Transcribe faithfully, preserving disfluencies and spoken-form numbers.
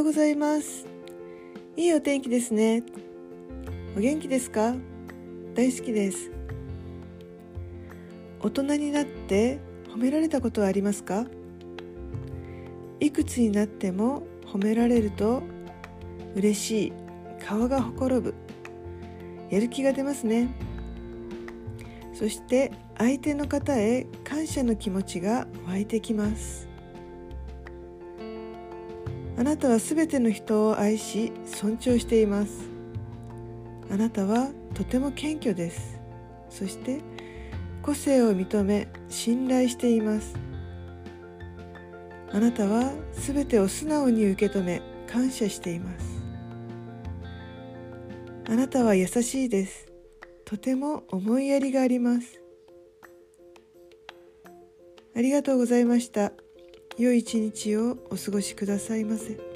ございます。いいお天気ですね。お元気ですか？大好きです。大人になって褒められたことはありますか？いくつになっても褒められると嬉しい、顔がほころぶ、やる気が出ますね。そして相手の方へ感謝の気持ちが湧いてきます。あなたはすべての人を愛し尊重しています。あなたはとても謙虚です。そして個性を認め信頼しています。あなたはすべてを素直に受け止め感謝しています。あなたは優しいです。とても思いやりがあります。ありがとうございました。良い一日をお過ごしくださいませ。